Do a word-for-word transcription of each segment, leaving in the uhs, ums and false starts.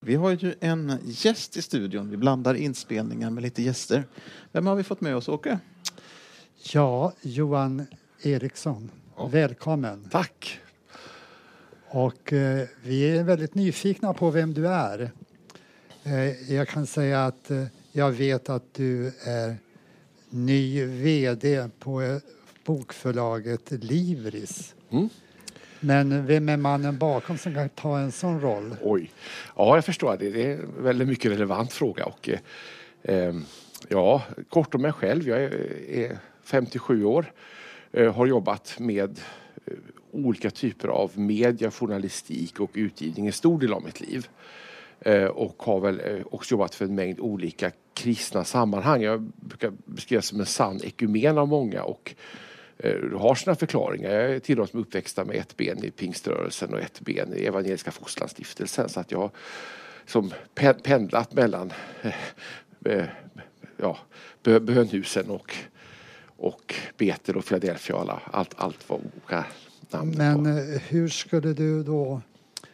Vi har ju en gäst i studion. Vi blandar inspelningar med lite gäster. Vem har vi fått med oss, Åke? Ja, Johan Eriksson. Ja. Välkommen. Tack. Och eh, vi är väldigt nyfikna på vem du är. Eh, jag kan säga att eh, jag vet att du är ny vd på eh, bokförlaget Livris. Mm. Men vem är mannen bakom som kan ta en sån roll? Oj, ja jag förstår det. Det är en väldigt mycket relevant fråga. Och, eh, ja, kort om mig själv. Jag är femtiosju år. Eh, har jobbat med eh, olika typer av media, journalistik och utgivning en stor del av mitt liv. Eh, och har väl eh, också jobbat för en mängd olika kristna sammanhang. Jag brukar beskrivas som en sann ekumen av många och har sina förklaringar. Jag tillhör som uppväxta med ett ben i pingströrelsen och ett ben i Evangeliska Fosterlandsstiftelsen. Så att jag har som pendlat mellan eh, ja, bönhusen och, och Betel och Philadelphia och alla, allt, allt vad olika namn. Men på. Hur skulle du då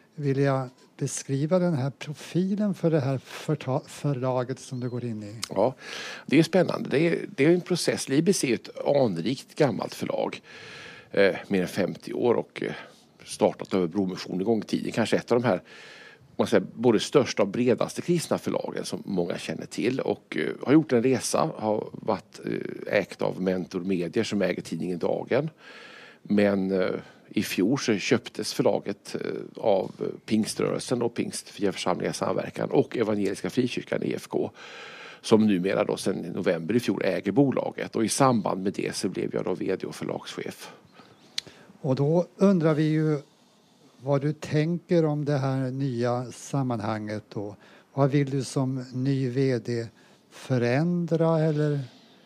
vilja beskriva den här profilen för det här förta- förlaget som du går in i? Ja, det är spännande. Det är, det är en process. Libris är ett anrikt gammalt förlag. Eh, mer än femtio år och eh, startat över Bromission en gång i tiden. Kanske ett av de här man säger, både största och bredaste kristna förlagen som många känner till. Och eh, har gjort en resa. Har varit eh, ägt av Mentor Medier som äger tidningen Dagen. Men eh, i fjol så köptes förlaget av Pingströrelsen och Pingst Fria Församlingar Samverkan och Evangeliska Frikyrkan E F K som numera då sedan november i fjol äger bolaget, och i samband med det så blev jag då vd och förlagschef. Och då undrar vi ju vad du tänker om det här nya sammanhanget då. Vad vill du som ny vd förändra eller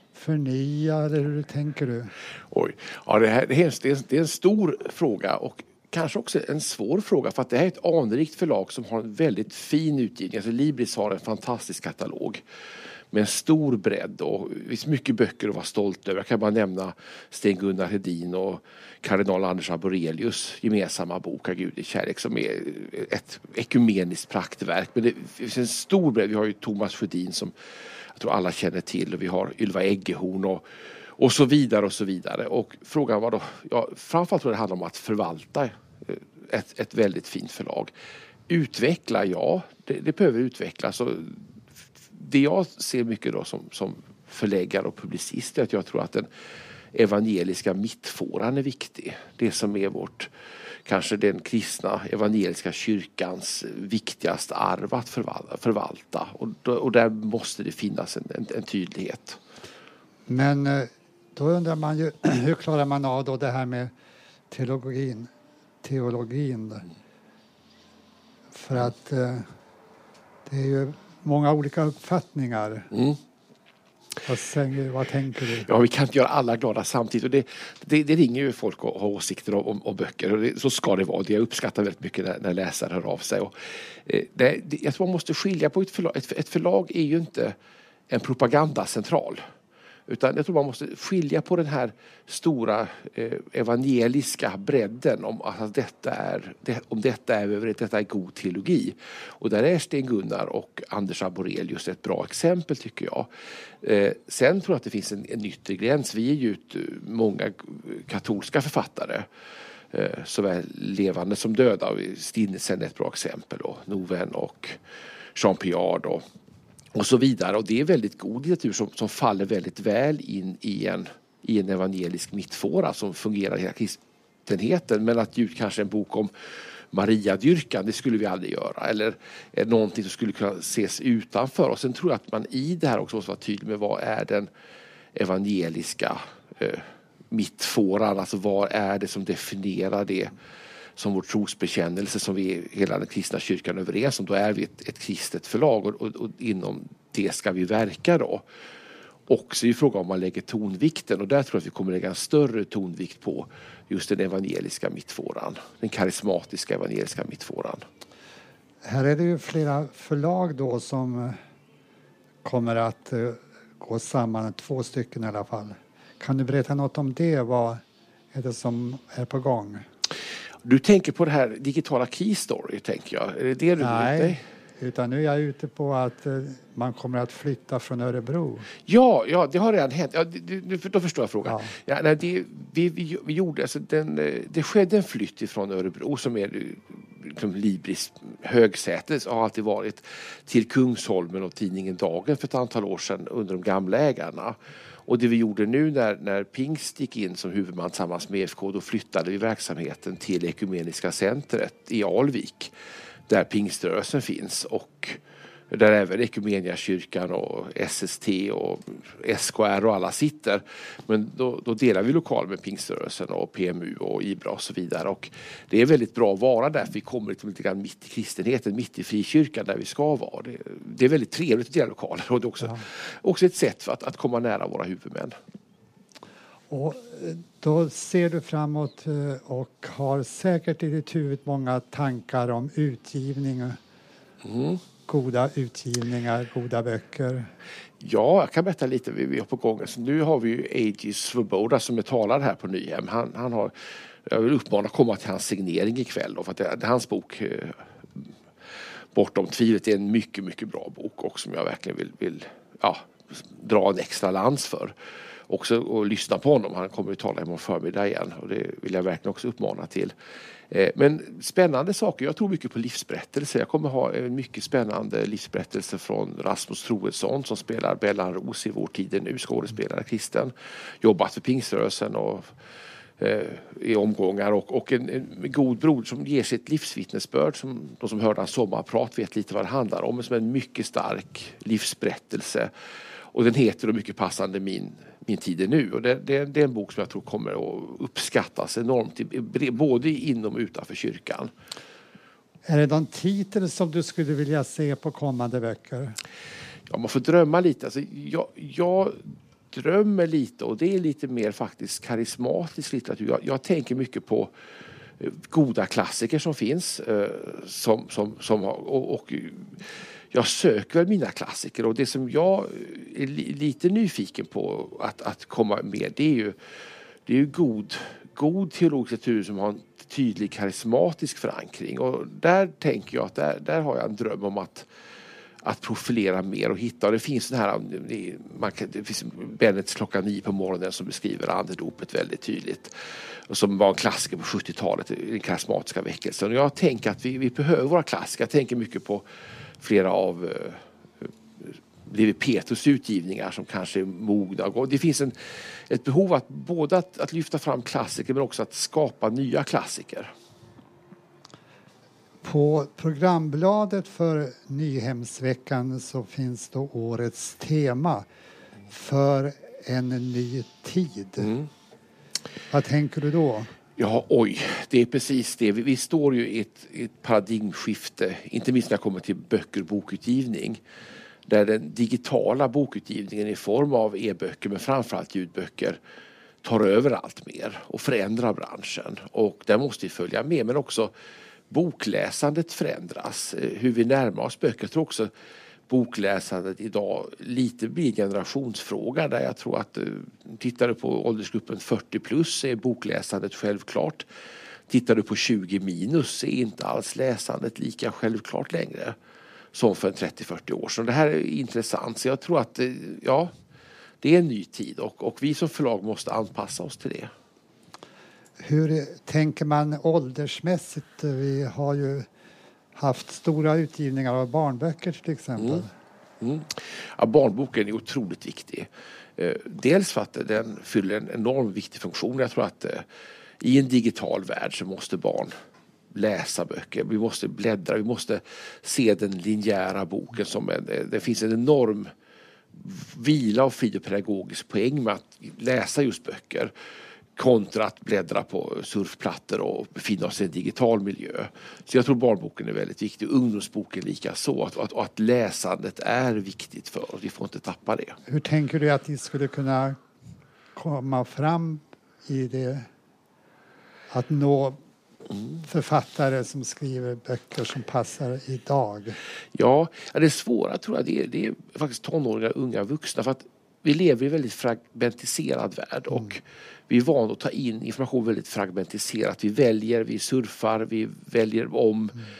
förnya, eller hur tänker du? Oj, ja, det, här, det, är, det är en stor fråga och kanske också en svår fråga, för att det här är ett anrikt förlag som har en väldigt fin utgivning. Alltså Libris har en fantastisk katalog med en stor bredd och det finns mycket böcker att vara stolt över. Jag kan bara nämna Sten-Gunnar Hedin och kardinal Anders Arborelius gemensamma bok Av Gud i kärlek, som är ett ekumeniskt praktverk. Men det finns en stor bredd. Vi har ju Thomas Sjödin som jag tror alla känner till, och vi har Ylva Eggehorn och, och så vidare och så vidare. Och frågan var då, ja, framförallt tror jag det handlar om att förvalta ett, ett väldigt fint förlag. Utveckla, ja, det, det behöver utvecklas. Så det jag ser mycket då som, som förläggare och publicist är att jag tror att den evangeliska mittfåran är viktig. Det som är vårt, kanske den kristna evangeliska kyrkans viktigaste arv att förvalta. förvalta. Och, då, och där måste det finnas en, en, en tydlighet. Men då undrar man ju, hur klarar man av då det här med teologin? teologin För att eh, det är ju många olika uppfattningar. Mm. Vad, säger, vad tänker du? Ja, vi kan inte göra alla glada samtidigt. Och det, det, det ringer ju folk och har åsikter om, om böcker. Och det, så ska det vara. Det jag uppskattar väldigt mycket när, när läsare hör av sig. Och, eh, det, det, jag tror man måste skilja på ett förlag. Ett, ett förlag är ju inte en propagandacentral. Utan jag tror man måste skilja på den här stora eh, evangeliska bredden om att detta är, det, om detta är över detta är god teologi. Och där är Sten-Gunnar och Anders Arborelius ett bra exempel, tycker jag. Eh, sen tror jag att det finns en, en yttre gräns. Vi är ju ut, många katolska författare. Eh, såväl levande som döda. Stinnesen är ett bra exempel. Och Noven och Jean Piard och Och så vidare. Och det är väldigt god litteratur som, som faller väldigt väl in i en, i en evangelisk mittfåra som fungerar i hela kristenheten. Men att ge ut kanske en bok om Mariadyrkan, det skulle vi aldrig göra. Eller någonting som skulle kunna ses utanför. Och sen tror jag att man i det här också måste vara tydlig med vad är den evangeliska eh, mittfåran. Alltså vad är det som definierar det som vår trosbekännelse, som vi hela den kristna kyrkan överens om. Då är vi ett, ett kristet förlag och, och, och inom det ska vi verka då. Och så är det frågan om man lägger tonvikten, och där tror jag att vi kommer lägga en större tonvikt på just den evangeliska mittfåran. Den karismatiska evangeliska mittfåran. Här är det ju flera förlag då som kommer att uh, gå samman, två stycken i alla fall. Kan du berätta något om det? Vad är det som är på gång? Du tänker på det här digitala Key Story, tänker jag. Är det det du Nej, Utan nu är jag ute på att eh, man kommer att flytta från Örebro. Ja, ja, det har redan hänt. Ja, det, det, då förstår jag frågan. Ja. Ja, nej, det, vi, vi, vi gjorde, alltså den, det skedde en flytt ifrån Örebro som är liksom Libris högsäte, har alltid varit, till Kungsholmen och tidningen Dagen för ett antal år sedan under de gamla ägarna. Och det vi gjorde nu när, när Pingst gick in som huvudman tillsammans med E F K, då flyttade vi verksamheten till Ekumeniska centret i Alvik, där Pingströrelsen finns och där även Ekumeniakyrkan och S S T och S K R och alla sitter. Men då, då delar vi lokal med Pingströrelsen och P M U och IBRA och så vidare. Och det är väldigt bra att vara där, för vi kommer liksom lite grann mitt i kristenheten, mitt i frikyrkan där vi ska vara. Det, det är väldigt trevligt att dela lokaler och det är också, ja. också ett sätt för att, att komma nära våra huvudmän. Och då ser du framåt och har säkert i ditt huvud många tankar om utgivning. Mm. Goda utgivningar, goda böcker. Ja, jag kan berätta lite. Vi är på gång. Så nu har vi ju Aegis Svoboda som är talare här på Nyhem. Han, han har, jag vill uppmana att komma till hans signering ikväll då, för att det, det, hans bok eh, Bortom tvivet är en mycket, mycket bra bok och som jag verkligen vill, vill ja, dra en extra lans för. Också och lyssna på honom. Han kommer att tala imorgon förmiddag igen och det vill jag verkligen också uppmana till. Men spännande saker. Jag tror mycket på livsberättelser. Jag kommer ha en mycket spännande livsberättelse från Rasmus Troedsson som spelar Bellan Ros i vår tid nu, skådespelare kristen. Jobbat för Pingströrelsen och eh, i omgångar och, och en, en god bror som ger sitt livsvittnesbörd som de som hörde hans sommarprat vet lite vad det handlar om, men som en mycket stark livsberättelse. Och den heter då mycket passande Min, min tid är nu. Och det, det, det är en bok som jag tror kommer att uppskattas enormt i, både inom och utanför kyrkan. Är det någon titel som du skulle vilja se på kommande böcker? Ja, man får drömma lite. Alltså, jag, jag drömmer lite och det är lite mer faktiskt karismatisk litteratur. Jag, jag tänker mycket på goda klassiker som finns. Eh, som, som, som, och, och jag söker väl mina klassiker och det som jag är li, lite nyfiken på att, att komma med det är ju, det är ju god, god teologisk litteratur som har en tydlig karismatisk förankring och där tänker jag att där, där har jag en dröm om att, att profilera mer och hitta. Och det finns den här, man kan, det finns Bennets klockan nio på morgonen som beskriver andedopet väldigt tydligt och som var en klassiker på sjuttiotalet, den karismatiska väckelsen. Och jag tänker att vi, vi behöver våra klassiker. Jag tänker mycket på flera av uh, Levi Petrus utgivningar som kanske är mogna. Och det finns en, ett behov att både att, att lyfta fram klassiker men också att skapa nya klassiker. På programbladet för Nyhemsveckan så finns då årets tema för en ny tid. Mm. Vad tänker du då? Ja, oj, det är precis det. Vi, vi står ju i ett, ett paradigmskifte, inte minst när det kommer till böcker och bokutgivning. Där den digitala bokutgivningen i form av e-böcker men framförallt ljudböcker tar över allt mer och förändrar branschen. Och där måste vi följa med, men också bokläsandet förändras. Hur vi närmar oss böcker. Jag tror också bokläsandet idag lite blir en generationsfråga där jag tror att tittar du på åldersgruppen fyrtio plus är bokläsandet självklart. Tittar du på tjugo minus är inte alls läsandet lika självklart längre som för trettio till fyrtio år sedan. Det här är intressant så jag tror att ja, det är en ny tid och, och vi som förlag måste anpassa oss till det. Hur tänker man åldersmässigt? Vi har ju haft stora utgivningar av barnböcker till exempel. Mm. Mm. Ja, barnboken är otroligt viktig. Dels för att den fyller en enormt viktig funktion. Jag tror att i en digital värld så måste barn läsa böcker. Vi måste bläddra, vi måste se den linjära boken som en, det finns en enorm vila och fri och pedagogisk poäng med att läsa just böcker kontra att bläddra på surfplattor och befinna oss i en digital miljö. Så jag tror barnboken är väldigt viktig. Ungdomsboken lika så. Att, att, att läsandet är viktigt för oss. Vi får inte tappa det. Hur tänker du att ni skulle kunna komma fram i det? Att nå mm. författare som skriver böcker som passar idag? Ja, det är svåra tror jag. Det är, det är faktiskt tonåringar, unga vuxna. För att vi lever i en väldigt fragmentiserad värld och mm. vi är vana att ta in information väldigt fragmentiserat. Vi väljer, vi surfar, vi väljer om.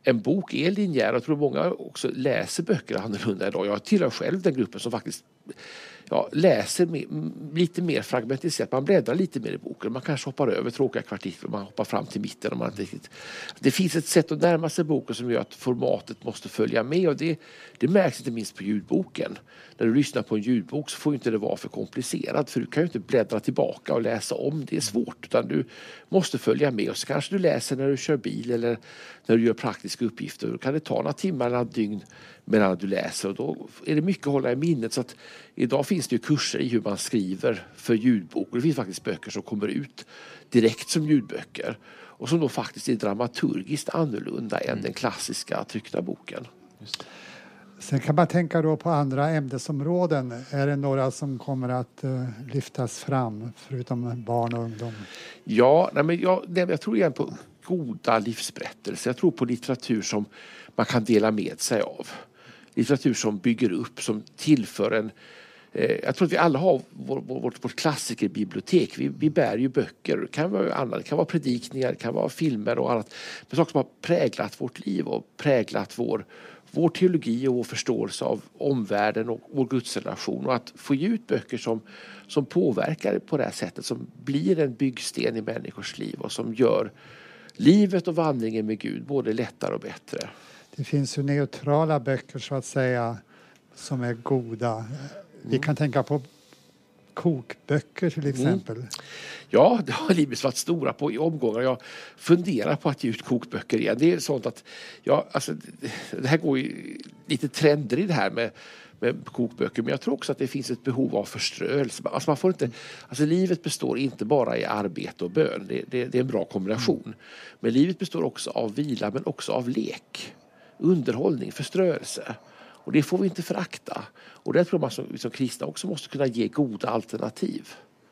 en bok är linjär. Jag tror många också läser böcker annorlunda idag. Jag tillhör själv den gruppen som faktiskt ja, läser mer, lite mer fragmentiserat. Man bläddrar lite mer i boken. Man kanske hoppar över tråkiga kapitel. Man hoppar fram till mitten. Och man inte riktigt... Det finns ett sätt att närma sig boken som gör att formatet måste följa med. Och det, det märks inte minst på ljudboken. När du lyssnar på en ljudbok så får inte det vara för komplicerat. För du kan ju inte bläddra tillbaka och läsa om. Det är svårt. Utan du måste följa med. Och så kanske du läser när du kör bil eller när du gör praktiska uppgifter. Då kan det ta några timmar eller några dygn medan du läser. Och då är det mycket att hålla i minnet. Så att idag finns det ju kurser i hur man skriver för ljudbok. Och det finns faktiskt böcker som kommer ut direkt som ljudböcker. Och som då faktiskt är dramaturgiskt annorlunda än den klassiska tryckta boken. Just det. Sen kan man tänka då på andra ämnesområden. Är det några som kommer att uh, lyftas fram förutom barn och ungdom? Ja, nej men jag, nej, jag tror igen på goda livsberättelser. Jag tror på litteratur som man kan dela med sig av. Litteratur som bygger upp, som tillför en... Eh, jag tror att vi alla har vår, vår, vårt, vårt klassikerbibliotek. Vi, vi bär ju böcker. Det kan vara annat. Det kan vara predikningar, det kan vara filmer och annat. Men saker som har präglat vårt liv och präglat vår, vår teologi och vår förståelse av omvärlden och vår gudsrelation. Och att få ge ut böcker som, som påverkar på det här sättet. Som blir en byggsten i människors liv och som gör livet och vandringen med Gud både lättare och bättre. Det finns ju neutrala böcker så att säga som är goda. Mm. Vi kan tänka på kokböcker till exempel. Mm. Ja, det har Libris varit stora på i omgångar. Jag funderar på att ge ut kokböcker igen. Det är sånt att, ja, alltså, det här går ju lite trender i det här med, med kokböcker. Men jag tror också att det finns ett behov av förströelse. Alltså man får inte, alltså livet består inte bara i arbete och bön. Det, det, det är en bra kombination. Mm. Men livet består också av vila men också av lek. Underhållning, förströelse. Och det får vi inte förakta. Och det tror man som, som kristna också måste kunna ge goda alternativ.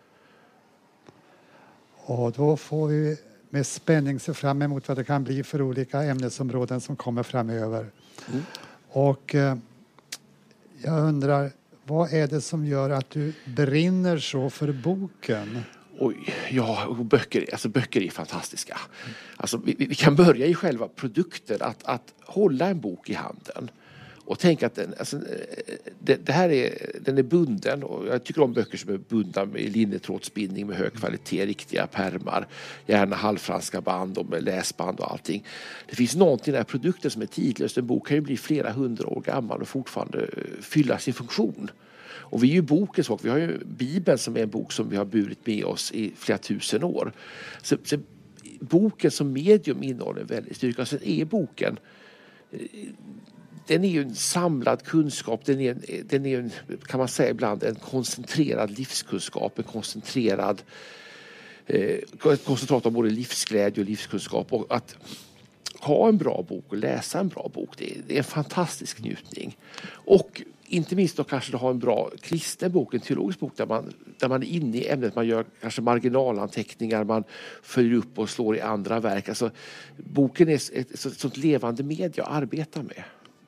Och då får vi med spänning se fram emot vad det kan bli för olika ämnesområden som kommer framöver. Mm. Och eh, jag undrar, vad är det som gör att du brinner så för boken? Oj, ja, böcker, alltså böcker är fantastiska. Alltså, vi, vi kan börja i själva produkten, att, att hålla en bok i handen. Och tänka att den, alltså, det, det här är, den är bunden. Och jag tycker om böcker som är bundna med linnetrådsbindning med hög kvalitet, riktiga pärmar. Gärna halvfranska band och med läsband och allting. Det finns någonting i den här produkten som är tidlös. En bok kan ju bli flera hundra år gammal och fortfarande fylla sin funktion. Och vi är ju bokens folk. Vi har ju Bibeln som är en bok som vi har burit med oss i flera tusen år. Så, så boken som medium innehåller väldigt styrka. Sen är boken, den är ju en samlad kunskap. Den är, den är en, kan man säga ibland, en koncentrerad livskunskap. En koncentrerad eh, koncentrat av både livsglädje och livskunskap. Och att ha en bra bok och läsa en bra bok, det är, det är en fantastisk njutning. Och inte minst då kanske du har en bra kristen bok, en teologisk bok där man, där man är inne i ämnet, man gör kanske marginalanteckningar, man följer upp och slår i andra verk. Alltså, boken är ett, ett, ett sånt levande media att arbeta med.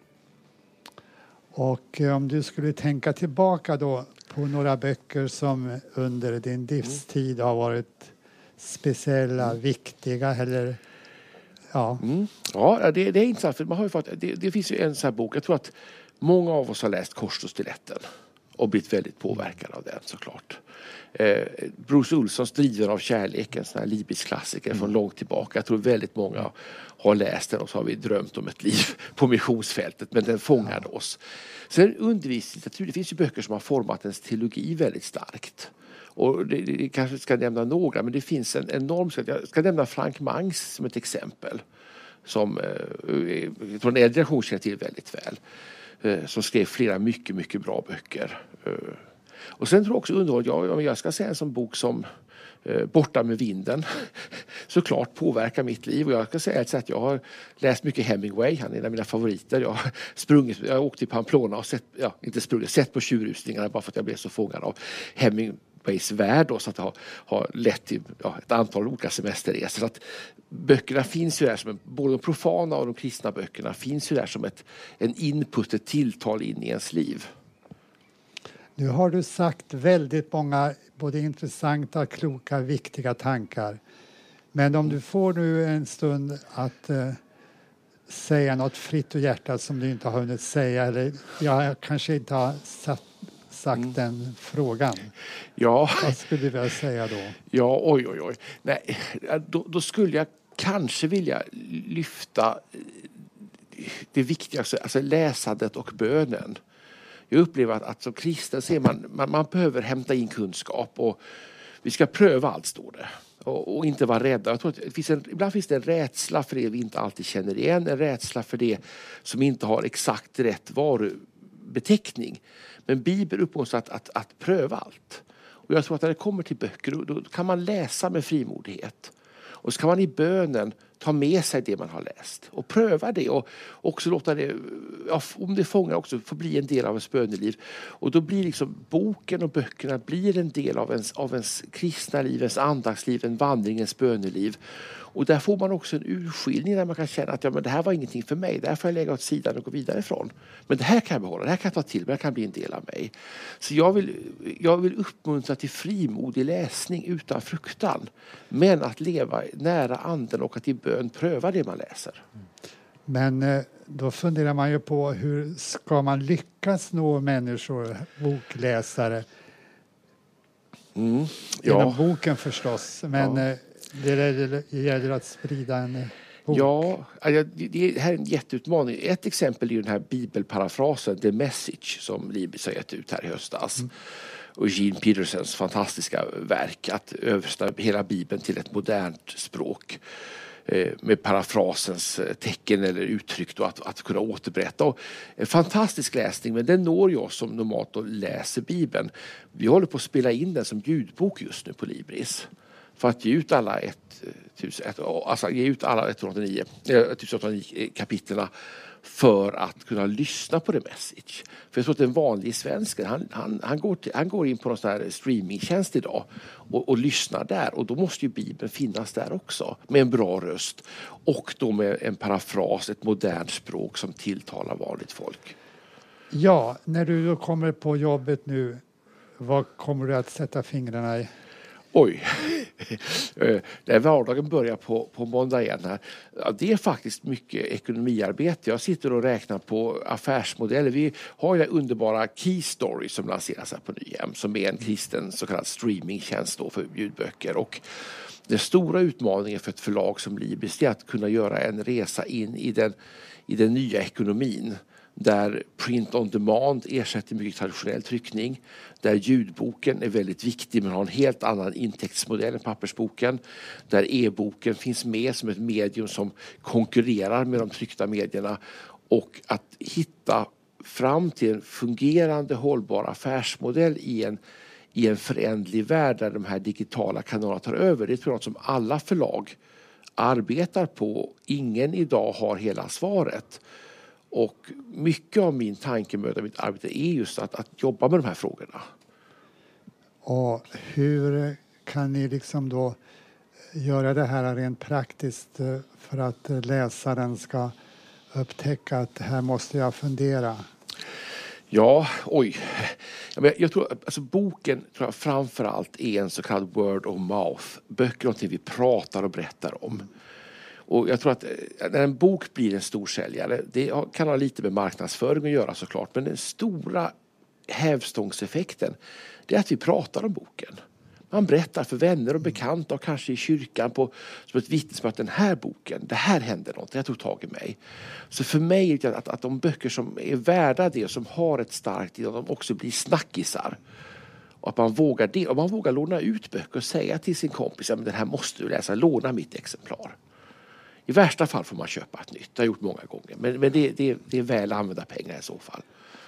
Och om du skulle tänka tillbaka då på några böcker som under din livstid har varit speciella, mm. viktiga eller... Ja, mm. ja det, det är intressant. För man har ju fått, det, det finns ju en sån här bok, jag tror att många av oss har läst Kors och stiletten och blivit väldigt påverkade av den såklart. Eh, Bruce Olssons Driven av kärlek, en sån här Libris klassiker mm. från långt tillbaka. Jag tror väldigt många har läst den och så har vi drömt om ett liv på missionsfältet, men den fångade ja. oss. Sen undervisningslitteratur, det finns ju böcker som har format ens teologi väldigt starkt. Och det, det kanske ska nämna några, men det finns en enorm... Jag ska nämna Frank Mangs som ett exempel. Som eh, från en äldre generation känner till väldigt väl. Eh, som skrev flera mycket, mycket bra böcker. Eh, och sen tror jag också underhåll, jag, jag ska säga en sån bok som eh, Borta med vinden. Såklart påverkar mitt liv. Och jag ska säga att jag har läst mycket Hemingway, han är en av mina favoriter. Jag har sprungit, jag har åkt till Pamplona och sett, ja, inte sprungit, sett på tjurrusningarna bara för att jag blev så fångad av Hemingways värld då, så att det har, har lett till ja, ett antal olika semesterresor. Så att böckerna finns ju där som en, både de profana och de kristna böckerna finns ju där som ett, en input, ett tilltal in i ens liv. Nu har du sagt väldigt många både intressanta, kloka, viktiga tankar. Men om du får nu en stund att eh, säga något fritt ur hjärtat som du inte har hunnit säga, eller jag kanske inte har satt, sagt mm. den frågan. Ja. Vad skulle du vilja säga då? Ja, oj, oj, oj. Nej, då, då skulle jag kanske vilja lyfta det viktigaste, alltså läsandet och bönen. Jag upplever att, att som kristen ser man, man, man behöver hämta in kunskap och vi ska pröva allt, står det. Och, och inte vara rädda. Jag tror att det finns en, ibland finns det en rädsla för det vi inte alltid känner igen. En rädsla för det som inte har exakt rätt varubeteckning. Men Bibeln uppmuntrar att, att, att pröva allt. Och jag tror att när det kommer till böcker då, då kan man läsa med frimodighet. Och så kan man i bönen ta med sig det man har läst. Och pröva det. Och också låta det, ja, om det fångar också, få bli en del av ens böneliv. Och då blir liksom boken och böckerna blir en del av ens, av ens kristna liv, ens andaktsliv, en vandringens böneliv. Och där får man också en urskiljning där man kan känna att ja, men det här var ingenting för mig. Det här får jag lägga åt sidan och gå vidare ifrån. Men det här kan jag behålla, det här kan jag ta till, men det här kan bli en del av mig. Så jag vill, jag vill uppmuntra till frimodig läsning utan fruktan. Men att leva nära anden och att i bön pröva det man läser. Men då funderar man ju på hur ska man lyckas nå människor, bokläsare? Mm, ja. Genom boken förstås, men ja. det gäller att sprida en bok. Ja, det här är en jätteutmaning. Ett exempel är ju den här bibelparafrasen The Message som Libris har gett ut här i höstas. Mm. Och Gene Petersons fantastiska verk att översätta hela Bibeln till ett modernt språk med parafrasens tecken eller uttryck då, att, att kunna återberätta. Och en fantastisk läsning, men den når jag som normalt och läser Bibeln. Vi håller på att spela in den som ljudbok just nu på Libris. För att ge ut alla ett, ett, alltså ge ut alla etthundraåttionio kapitlerna för att kunna lyssna på The Message. För jag tror att en vanlig svensk, han, han, han, går, till, han går in på någon sån här streamingtjänst idag och, och lyssnar där. Och då måste ju Bibeln finnas där också med en bra röst. Och då med en parafras, ett modernt språk som tilltalar vanligt folk. Ja, när du då kommer på jobbet nu, vad kommer du att sätta fingrarna i? Oj, när vardagen börjar på, på måndag igen här. Ja, det är faktiskt mycket ekonomiarbete. Jag sitter och räknar på affärsmodeller. Vi har ju den underbara Key Story som lanseras här på Nyhem, som är en kristen så kallad streamingtjänst då för ljudböcker. Och den stora utmaningen för ett förlag som Libris är att kunna göra en resa in i den, i den nya ekonomin. Där print on demand ersätter mycket traditionell tryckning. Där ljudboken är väldigt viktig men har en helt annan intäktsmodell än pappersboken. Där e-boken finns med som ett medium som konkurrerar med de tryckta medierna. Och att hitta fram till en fungerande hållbar affärsmodell i en, i en förändlig värld där de här digitala kanalerna tar över. Det är något som alla förlag arbetar på. Ingen idag har hela svaret. Och mycket av min tankemöda, mitt arbete är just att, att jobba med de här frågorna. Och hur kan ni liksom då göra det här rent praktiskt för att läsaren ska upptäcka att här måste jag fundera? Ja, oj. Jag tror alltså boken tror jag framförallt är en så kallad word of mouth. Böcker är någonting vi pratar och berättar om. Och jag tror att när en bok blir en stor säljare, det kan ha lite med marknadsföring att göra såklart, men den stora hävstångseffekten, det är att vi pratar om boken. Man berättar för vänner och bekanta och kanske i kyrkan på, som ett vittnesbörd att den här boken, det här hände något, jag tog tag i mig. Så för mig är det att, att de böcker som är värda det och som har ett starkt innehåll, de också blir snackisar. Och att man vågar det, och man vågar låna ut böcker och säga till sin kompis att den här måste du läsa, låna mitt exemplar. I värsta fall får man köpa ett nytt. Det har jag gjort många gånger. Men, men det, det, det är väl använda pengar i så fall.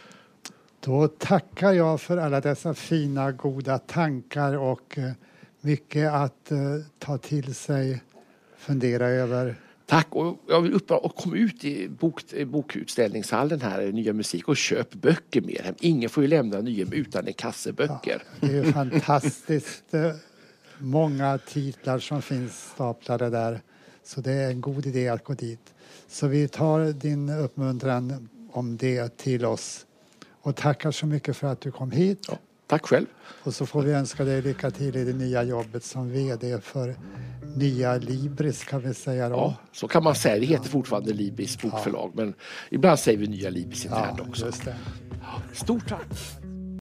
Då tackar jag för alla dessa fina, goda tankar och mycket att uh, ta till sig, fundera över. Tack, och jag vill uppmana och kom ut i bok, bokutställningshallen här i Nya Musik och köp böcker med hem. Ingen får ju lämna Nyhem utan en kasse böcker. Ja, det är ju fantastiskt många titlar som finns staplade där. Så det är en god idé att gå dit. Så vi tar din uppmuntran om det till oss. Och tackar så mycket för att du kom hit. Ja, tack själv. Och så får vi önska dig lycka till i det nya jobbet som vd för Nya Libris kan vi säga då. Ja, så kan man säga. Det heter fortfarande Libris bokförlag, ja. Men ibland säger vi Nya Libris internt, ja, också. Just det. Stort tack!